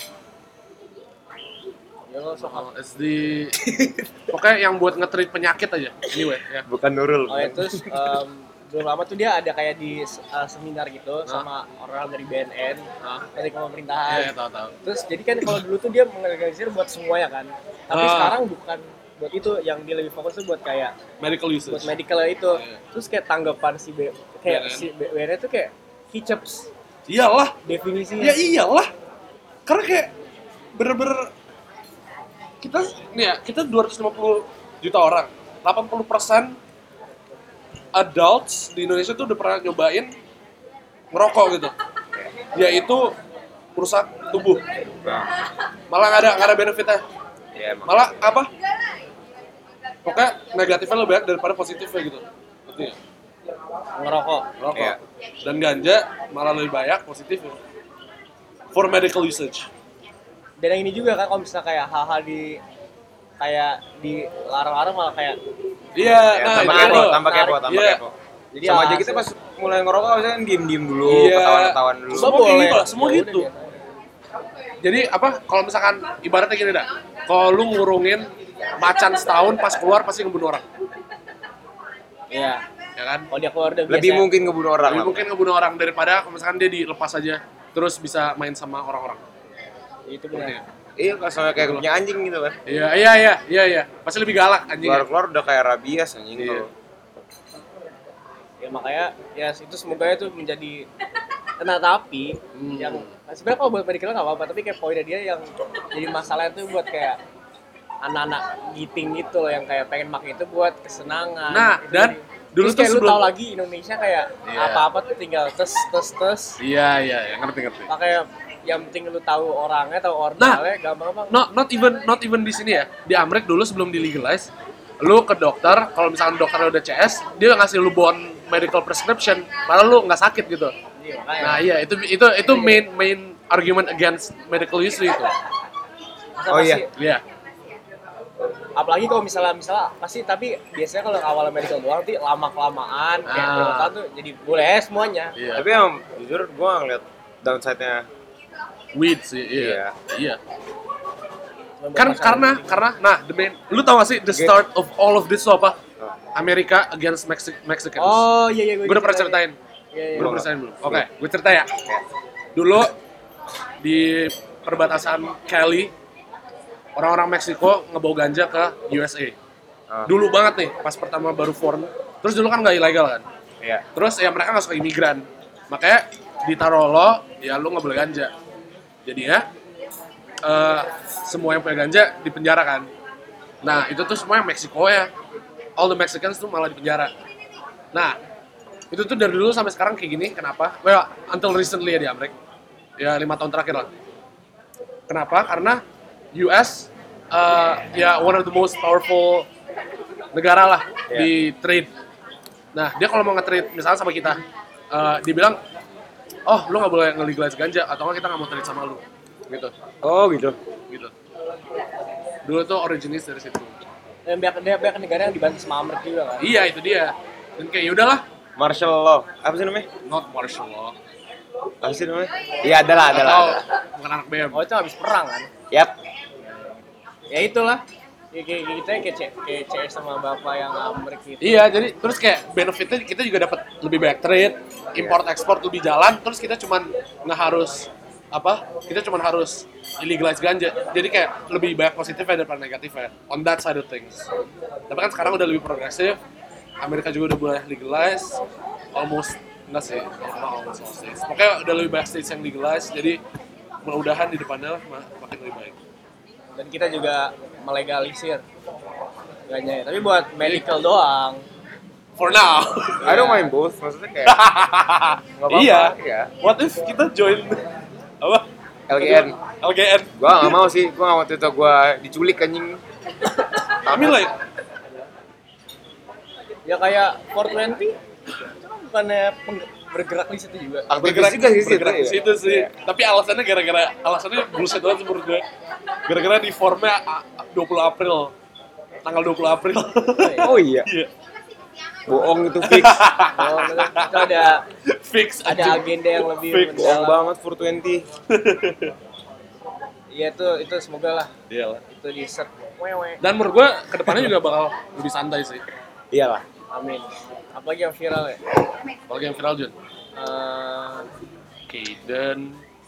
Ya lo sok oh, it's the, pokoknya yang buat nge-treat penyakit aja. Anyway, ya. Bukan Nurul. Oh ya terus um, belum lama tuh dia ada kayak di uh, seminar gitu Hah? sama orang dari B N N, Hah? dari Iya, pemerintahan. ya, tahu-tahu. Terus jadi kan kalau dulu tuh dia mengorganisir buat semuanya kan. Tapi Ah. sekarang bukan buat itu, yang dia lebih fokus tuh buat kayak Medical usage. buat medical itu. Iya. Terus kayak tanggapan si B, kayak B N N. si B N N tuh kayak hicaps Iyalah. definisinya. Ya iyalah. Karena kayak bener-bener kita nih ya, kita dua ratus lima puluh juta orang. delapan puluh persen adults di Indonesia tuh udah pernah nyobain ngerokok gitu. Yaitu merusak tubuh. Malah nggak ada nggak ada benefitnya. Ya emang. Malah apa? Pokoknya negatifnya lebih banyak daripada positifnya gitu. Ngerti nggak? Ngerokok. Rokok. Iya. Dan ganja malah lebih banyak positifnya. For medical usage. Dan yang ini juga kan kalau misalnya kayak hal-hal di kayak dilarang-larang malah kayak Iya, Ya, nah tambah itu kepo, loh. tambah kepo, tambah Iya. kepo. jadi Sama aja alhasil- kita pas mulai ngerokok misalnya diem-diem dulu, Iya. ketawa-ketawa dulu. Semua kayak gitu lah, semua Ya udah, gitu. biasa aja. Jadi apa? Kalau misalkan ibaratnya gini dah, kalau lu ngurungin macan setahun pas keluar pasti ngebunuh orang, Iya. ya kan? Kalau dia keluar udah Lebih biasa. mungkin ngebunuh orang. Lebih lah. mungkin ngebunuh orang daripada kalau misalkan dia dilepas aja terus bisa main sama orang-orang. Itu Ngerti benar. nggak? Iya, kalau sama kayak punya anjing gitu kan. Iya, iya, iya, iya, iya. Pasti lebih galak anjing. ya. Keluar-keluar udah kayak rabies anjing Iya. kalau. Ya makanya ya itu semoga itu menjadi kena tapi Hmm. yang sebenarnya kalau buat medical nggak apa-apa, tapi kayak poinnya dia yang jadi masalah itu buat kayak anak-anak giting gitu loh yang kayak pengen pakai itu buat kesenangan. Nah, Itu dan jadi- dulu terus tuh kayak lu sebelum- tahu lagi Indonesia kayak Iya. apa-apa tuh tinggal tes tes tes Iya, iya, iya, ngerti ngerti. pakai yang penting lu tahu orangnya, tahu Nah. ordalnya, gampang-gampang. No, not even not even di sini ya. Di Amerika dulu sebelum di legalize, lu ke dokter, kalau misalkan dokternya udah C S, dia ngasih lu bond medical prescription, malah lu nggak sakit gitu. Iya, makanya. Nah iya itu itu itu main main argument against medical use itu. Masa Oh, iya. pasti- Iya. apalagi kalau misalnya misalnya pasti tapi biasanya kalau awalnya medical doang tuh lama kelamaan kayak Ah. berapa tahun tuh jadi boleh semuanya. Iya. Tapi yang jujur gua ngeliat downside-nya. Weed sih, iya. Iya. Cuma Kan buat masalah karena ini. karena nah the main lu tau gak sih the start of all of this tuh apa? Amerika against Mexi- Mexicans. Oh iya iya gue udah pernah ceritain. Iya iya. Gue udah pernah ceritain belum? Oke, gue cerita ya. Dulu di perbatasan Cali, orang-orang Meksiko ngebawa ganja ke U S A. Ah. Dulu banget nih, pas pertama baru foreign. Terus dulu kan nggak ilegal kan. Iya. Terus ya mereka nggak suka imigran. Makanya ditaruh lo, ya lo nggak boleh ganja. Jadi ya, eh, semua yang punya ganja dipenjara kan. Nah itu tuh semua yang Meksiko ya. All the Mexicans tuh malah dipenjara. Nah, itu tuh dari dulu sampai sekarang kayak gini. Kenapa? Well, until recently ya di Amerika. Ya lima tahun terakhir lah. Kenapa? Karena U S uh, ya one of the most powerful negara lah Yeah. di trade. Nah, dia kalau mau nge-trade misalnya sama kita, uh, dia bilang, oh lu nggak boleh nge-legalize ganja atau nggak kita nggak mau trade sama lu, gitu, Oh gitu. gitu. Dulu tuh originis dari situ. Dan biar dia biar negara yang dibantu sama Amerika juga kan. Iya itu dia. Dan kayak yaudahlah, Martial law. Apa sih namanya? not martial law. Apa sih namanya? Iya, ada lah, ada lah. Atau ada lah. bukan anak B M. Oh itu habis perang kan. Yap. Ya itulah. Ya, kayak kayak kita kayak C, kayak C S sama bapak yang Amerika itu. Iya, jadi terus kayak benefitnya kita juga dapat lebih banyak trade, import ekspor lebih jalan, terus kita cuman nggak harus apa? Kita cuman harus illegalize ganja. Jadi kayak lebih banyak positifnya daripada negatifnya on that side of things. Tapi kan sekarang udah lebih progresif. Amerika juga udah boleh legalize, almost enggak sih, not almost all states. Pokoknya udah lebih banyak states yang legalize, jadi mudah-mudahan di depannya ma- makin lebih baik. Dan kita juga melegalisir ganja, tapi buat medical doang. For now. I don't mind both. Maksudnya kayak nggak apa-apa. Iya. Iya. What if kita join apa? L G N. L G N. Gua nggak mau sih. Gua nggak mau itu gua diculik anjing. I mean like Ya kayak four twenty itu kan bukannya peng- bergerak di situ juga. Aktivis juga sih situ bergerak di ya. situ sih. Tapi alasannya gara-gara alasannya bullshit banget menurut gue. Gara-gara di formnya ah, dua puluh April. Tanggal dua puluh April. Oh iya, Iya. bohong itu fix. Oh, itu ada Fix ada aja. agenda yang lebih Fix. Bohong mendalam. banget four twenty. Iya itu itu semoga lah Iyalah. itu di set. Wewe. Dan menurut gue kedepannya juga bakal lebih santai sih. Iyalah. Amin. Apalagi yang viral ya? Apalagi yang viral Jun. Eh, Kaden,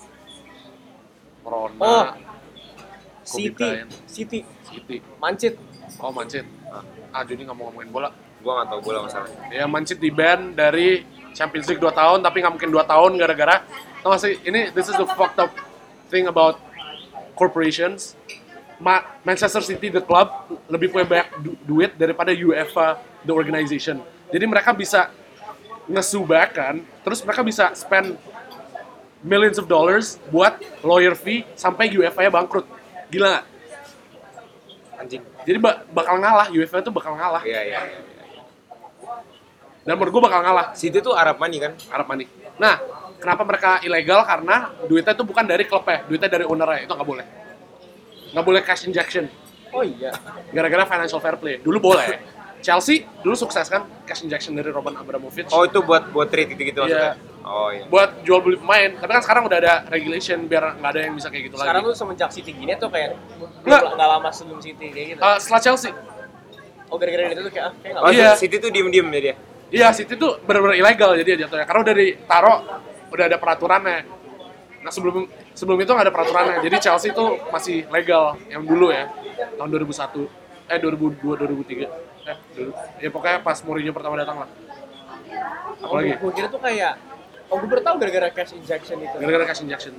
oh, Corona, City, Bryant. City, City. Mancit. Oh Mancit. Ah Juni nggak mau ngomongin bola. Gua nggak tahu bola masalah. Ya Mancit di ban dari Champions League dua tahun tapi nggak mungkin dua tahun gara-gara tau gak sih ini this is the fucked up thing about corporations. Ma Manchester City the club lebih punya banyak du- duit daripada UEFA the organization. Jadi mereka bisa ngesu back kan, terus mereka bisa spend millions of dollars buat lawyer fee sampai UEFA-nya bangkrut. Gila nggak? Anjing. Jadi ba- bakal ngalah, UEFA itu bakal ngalah. Iya iya. iya. Dan menurut gue bakal ngalah. City tuh Arab money kan? Arab money. Nah, kenapa mereka ilegal? Karena duitnya itu bukan dari klubnya, duitnya dari ownernya, itu nggak boleh. Nggak boleh cash injection, Oh iya. gara-gara financial fair play. Dulu boleh. Chelsea dulu sukses kan, cash injection dari Roman Abramovich. Oh itu buat buat trade gitu-gitu Iya. maksudnya? Oh iya. Buat jual beli pemain, tapi kan sekarang udah ada regulation biar nggak ada yang bisa kayak gitu Sekarang lagi. tuh semenjak City gini tuh kayak Nggak. nggak lama sebelum City kayak gitu. Eh, setelah Chelsea, Oh gara-gara itu tuh kayak ah, kayak nggak Oh Iya. City tuh diem-diem ya dia? iya City tuh benar-benar ilegal jadi jatuhnya. Karena udah ditaro, udah ada peraturannya. Nah sebelum sebelum itu nggak ada peraturannya, jadi Chelsea tuh masih legal yang dulu ya, tahun dua ribu satu, eh dua ribu dua, dua ribu tiga, eh dulu. Ya pokoknya pas Mourinho pertama datang lah. Oh, Apalagi? gue kira tuh kayak oh gue baru tahu gara-gara cash injection itu. Gara-gara cash injection.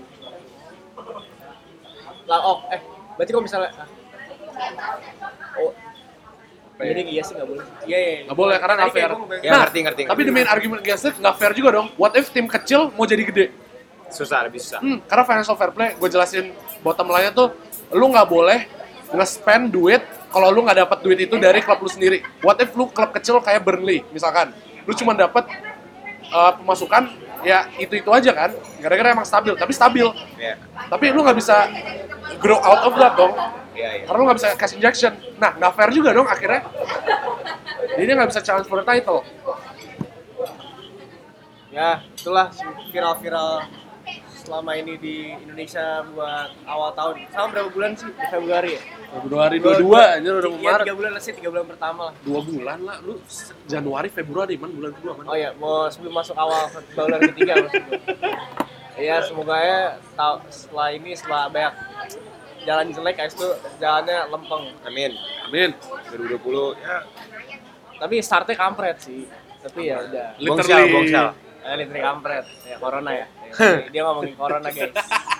Lah oh eh berarti kalau misalnya ah, oh jadi iya sih nggak boleh. Iya iya. Nggak boleh karena nggak Tadi kayak fair. gua mau bilang, Ya, Nah, ngerti, ngerti, tapi ngerti. the main argument against it nggak fair juga dong. What if tim kecil mau jadi gede? Susah, lebih susah. Hmm, karena financial fair play, gue jelasin bottom line-nya tuh, lu nggak boleh nge-spend duit kalau lu nggak dapat duit itu dari klub lu sendiri. What if lu klub kecil kayak Burnley, misalkan, lu cuma dapat uh, pemasukan ya itu itu aja kan, gara-gara emang stabil, tapi stabil. Iya. Tapi lu nggak bisa grow out of that dong, Iya iya. karena lu nggak bisa cash injection. Nah, nggak fair juga dong akhirnya. Jadi dia nggak bisa challenge for the title. ya itulah viral-viral selama ini di Indonesia buat awal tahun. Sama berapa bulan sih? Di Februari ya? Februari dua puluh dua aja udah mau Iya, Maret. tiga bulan lah sih, tiga bulan pertama lah. Dua bulan lah, lu Januari, Februari, man bulan kedua man. Oh iya, mau sebelum masuk awal bulan ketiga maksud gue. Iya, semoga ya tahu setelah ini setelah banyak jalan jelek, guys tuh jalannya lempeng. Amin. Amin. dua ribu dua puluh ya. Tapi startnya kampret sih. Tapi ya udah. Bongsal, bongsal. Eh, listrik kampret. Ya corona ya. Ya, dia ngomongin corona, guys.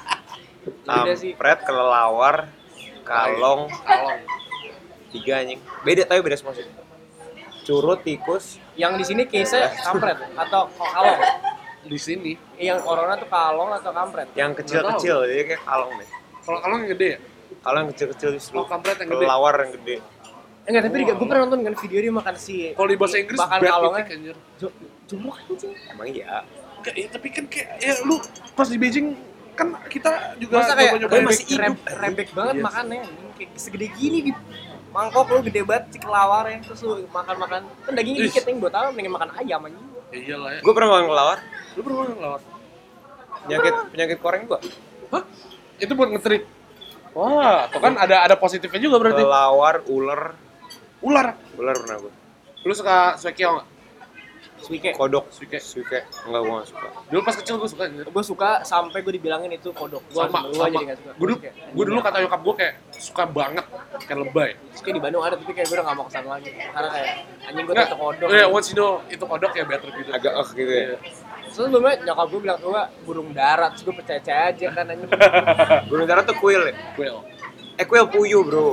Udah sih. Kampret, kelelawar, kalong, Kalong. tiga anjing. Beda tapi beda semua sih. Curut, tikus, Yang di sini case-nya kampret atau kalong. Di sini. Yang corona tuh kalong atau kampret? yang kecil-kecil jadi kayak kalong deh. Kalau kalong yang gede ya? Kalong yang kecil-kecil justru. Oh, kampret yang gede. Kelelawar yang gede. Enggak, tapi gue pernah nonton kan video dia makan si Kalau di bahasa Inggris makan bad kalongnya. pitik anjir. Jo- Jumbo kan sih. Emang iya. Kayak, ya, tapi kan kayak ya lu pas di Beijing kan kita juga Masa kayak nyoba-nyobain masih kayak rem- rebek banget Iya. makannya. Kayak segede gini di mangkok lu gede banget si kelawarnya terus lu makan-makan. Kan dagingnya Ih. dikit nih buat apa mending makan ayam aja. Ya iyalah ya. Gue pernah makan kelelawar. Lu pernah ngelawat? Penyakit penyakit koreng gua. Hah? Itu buat nge-treat? Wah, tuh kan ada ada positifnya juga berarti. Kelelawar, ular, Ular. ular pernah gua. Lu suka suekio nggak? Suike. Kodok, Suike. suike. Enggak gua enggak suka. Dulu pas kecil gue suka anjir. Gue suka sampai gue dibilangin itu kodok. Gue Sama, gue sama. jadi gak suka. Gue dulu, gue dulu kata nyokap gue kayak suka banget, kayak lebay. Terus kayak di Bandung ada tapi kayak gue udah gak mau kesana lagi. Karena kayak anjing gue Enggak, tuh kodok. ya once you know itu kodok ya better gitu. Agak eh gitu ya. Iya. Terus sebelumnya nyokap gue bilang ke gue burung darat. Terus gue percaya-percaya aja kan anjing. Burung darat tuh kuil ya? Well, Eh kuil puyuh bro.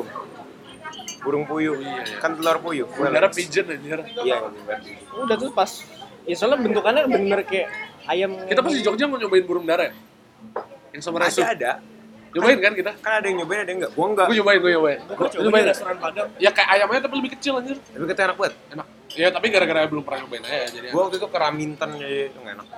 Burung puyuh. iya, iya. Kan telur puyuh. Kuil. darah pigeon anjir. Iya kan bener. Udah tuh pas. Ya soalnya bentukannya bener kayak ayam. Kita pas di Jogja mau nyobain burung dara ya? Yang sama Masih resu. ada. Nyobain kan kita? Kan ada yang nyobain, ada yang enggak. Gua enggak. Gue nyobain, gue nyobain. Gue Gua coba nyobain di ya? restoran Padang. Ya kayak ayamnya tapi lebih kecil anjir. Tapi kata enak banget. Enak. Ya tapi gara-gara belum pernah nyobain aja jadi. Gua waktu itu ke Raminten jadi itu enggak enak.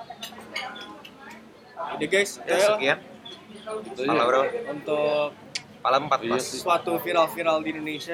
Jadi guys, Ya ayo sekian. Itu Pala aja. berapa? untuk Pala empat Iya pas. sih. suatu viral-viral di Indonesia.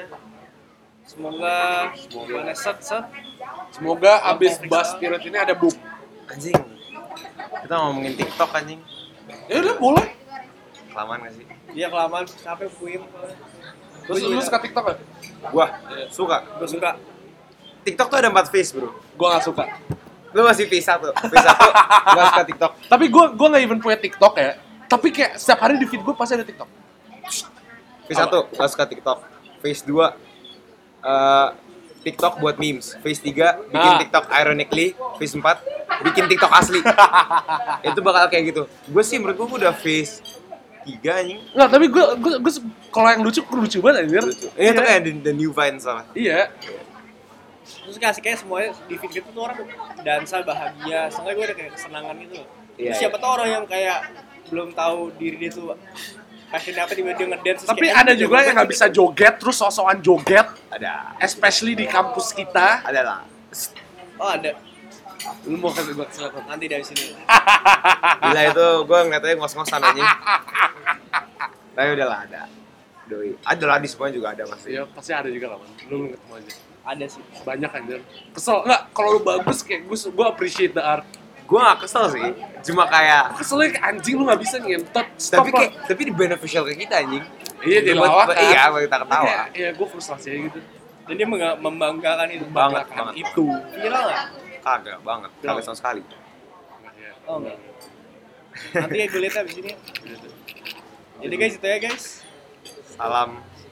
Semoga semoga set set. Semoga abis Buzz Spirit ini ada boom. Anjing. Kita ngomongin TikTok anjing. Ya udah boleh. Kelamaan gak sih? Iya kelamaan capek puyeng. Terus lu suka TikTok gak? Gua suka. Gue suka. TikTok tuh ada empat face, Bro. Gua gak suka. Lu masih face satu. Face satu gua suka TikTok. Tapi gua gua gak even punya TikTok ya. Tapi kayak setiap hari di feed gua pasti ada TikTok. Face satu gua suka TikTok. Face dua eh TikTok buat memes. Face tiga bikin Nah. TikTok ironically. Face empat bikin TikTok asli. Itu bakal kayak gitu. Gue sih menurut gua udah face tiga anjing. Nggak, tapi gua gua, gua kalau yang lucu lucu banget anjir. Lucu. Ini tuh kayak the, the new Vine soalnya. Iya. Terus kayak kayak semuanya di feed gitu tuh orang dansa bahagia. Soalnya gue ada kayak kesenangan gitu loh. Iya, Terus siapa tuh orang yang kayak belum tahu diri dia tuh passion apa tiba-tiba dia ngedance. terus Tapi kayak, ada eh, juga jago yang nggak banget bisa joget terus sosokan joget, Ada. especially di kampus kita. Ada lah. nih. Oh ada. Lu mau kasih gua kesempatan? Nanti dari sini. Gila itu gue ngeliatnya ngos-ngosan anjing. Tapi udah lah ada. Doi. Ada lah di semuanya juga ada pasti. Iya, pasti ada juga lah, man. Lu belum ketemu aja. Ada sih. Banyak anjir. Kesel nggak? Kalau lu bagus kayak gua gua appreciate the art. Gue gak kesel sih. Cuma kayak Keselnya kayak anjing lu nggak bisa ngentot. Stop tapi lah. kayak tapi di beneficial ke kita anjing. Iya, jadi Buat- lawak buat- kan. Iya, buat kita ketawa. Iya, iya gua frustrasi aja gitu. Dan dia mengga- membanggakan itu. Banget, Membanggakan banget. itu. Viral nggak? Kagak banget. Kagak sama sekali. Iya. Oh enggak. Nanti ya gue lihat abis ini. Jadi guys itu ya guys. Salam.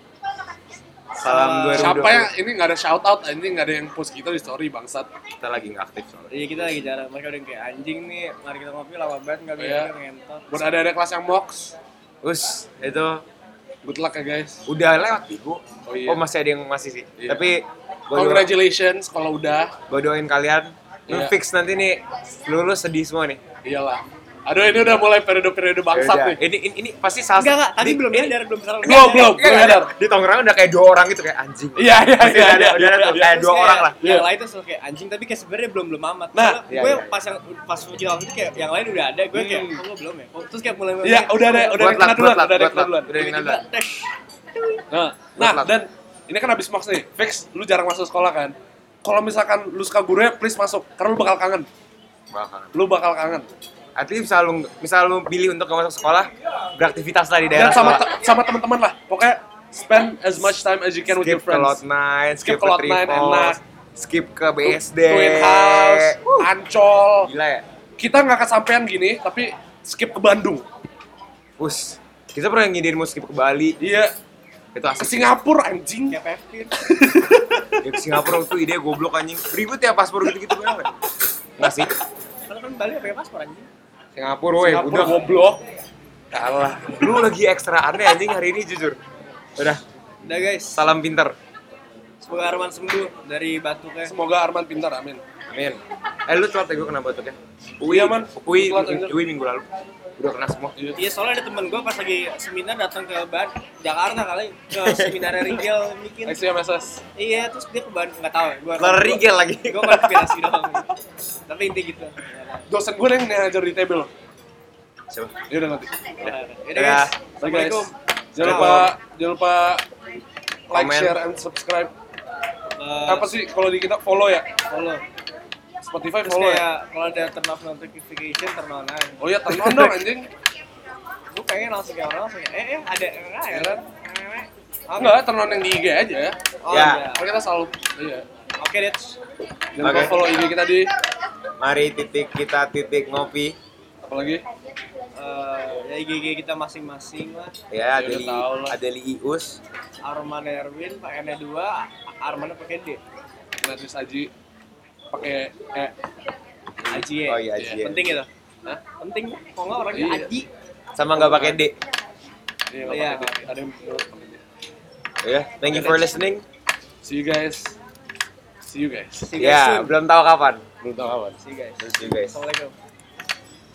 Salam dua ribu dua puluh. Siapa yang ini nggak ada shout out anjing, nggak ada yang post kita di story bangsat. Kita lagi nggak aktif soalnya. Iya kita lagi jarang. Mereka udah kayak anjing nih. Mari kita ngopi lama banget nggak bisa Iya. ngentot. Buat ada ada kelas yang mox, Us, itu good luck ya guys. udah lewat Ibu. Oh iya. Oh masih ada yang masih sih. Iya. Tapi gua Congratulations kalau udah. gua doain kalian. Lu Iya. fix nanti nih lulus sedih semua nih. Iyalah. Aduh ini udah mulai periode-periode bangsat Yaudah. nih. Ini, ini ini pasti salah. Enggak enggak. Tadi di- belum ini- sadar belum sadar. Belum, belum, Enggak, belum enggak, sadar. Di tongkrongan udah kayak dua orang gitu kayak anjing. Iya, iya, Pasti iya, ada, iya, udah iya, ada tuh, iya. kayak Terus dua kayak orang lah. Yang Iya. lain tuh selalu kayak anjing tapi kayak sebenarnya belum belum amat. Nah, Soalnya iya, gue iya. pas yang pas uji langsung itu kayak yang lain udah ada, gue kayak Hmm. kok gue belum ya. Oh, terus kayak mulai Iya, udah ada, udah ada Buat yang kena lat, duluan, buat lat, udah ada yang buat kena lat, duluan. udah ada yang kena duluan. Nah, Buat nah lat. dan ini kan habis mox nih. Fix, lu jarang masuk sekolah kan? Kalau misalkan lu suka gurunya, please masuk. Karena lu bakal kangen. Bakalan. Lu bakal kangen. At least misal lu, misal lu pilih untuk gak masuk sekolah, beraktivitas lah di Dan daerah sama sekolah. te- sama teman-man lah. Pokoknya spend as much time as you can with Skip your ke friends. Cloud nine, Skip skip, ke ke Cloud nine, enak. Tripos, skip ke B S D. Twin House, Ancol. Gila ya? Kita nggak kesampean gini, tapi skip ke Bandung. Us, kita pernah ngidein mau skip ke Bali. Iya, Itu ke asik. Singapura anjing. kayak Pevin. Ya ke Singapura tuh ide goblok anjing. Ribut ya paspor gitu-gitu bener. Nggak sih? Karena kan Bali pakai paspor anjing. Singapura woi, Singapura udah. goblok. Kalah. Lu lagi ekstra aneh anjing hari ini jujur. Udah, Udah guys, salam pinter. semoga Arman sembuh dari batuknya. Semoga Arman pintar, amin. Amin. Eh lu telat ya gue kena batuknya. Iya, Man. Ui, Telat, anjir. Ui minggu lalu. Udah kena semua. Iya soalnya ada temen gue pas lagi seminar datang ke Ban Jakarta kali ke seminar Rigel bikin. S M S S. Iya terus dia ke Ban nggak tahu ya. Gua Kelar Rigel lagi. Gue konspirasi doang. Tapi inti gitu. Dosen gue yang ngajar di T B loh. Siapa? Ya udah nanti. Udah Ya. guys. Bye guys. Assalamualaikum. Jangan lupa jangan lupa like, Comment. share, and subscribe. Eh, Apa sih kalau di kita follow ya? Follow. Spotify Terus follow ya. kayak kalau ada turn off notification turn on aja. Oh ya, turn on dong anjing. Gue pengen langsung kayak orang langsung kayak, eh eh ada enggak ya kan? Enggak, turn on yang di I G aja ya. Oh Ya. iya. Kalau kita selalu iya. Oke deh. Jangan lupa Oke. follow I G kita di Mari titik kita titik ngopi. apalagi Eh, ya I G G kita masing-masing lah. Ya, Ya, udah Adeli, tahu lah. Adeli Ius. Arman Erwin, Pak N dua, Armannya pakai D. Gratis Aji pakai E. Aji ya. Oh iya, Aji ya. Penting gitu. Hah? Penting. Kok nggak orangnya Iya. Aji? Sama nggak pakai D. Iya, Iya. nggak pakai D. Ada yang menurut pakai D. Ya, thank you for listening. See you guys. See you guys. See you guys Ya, soon. belum tahu kapan. Belum tahu kapan. See you guys. See you guys. Assalamualaikum.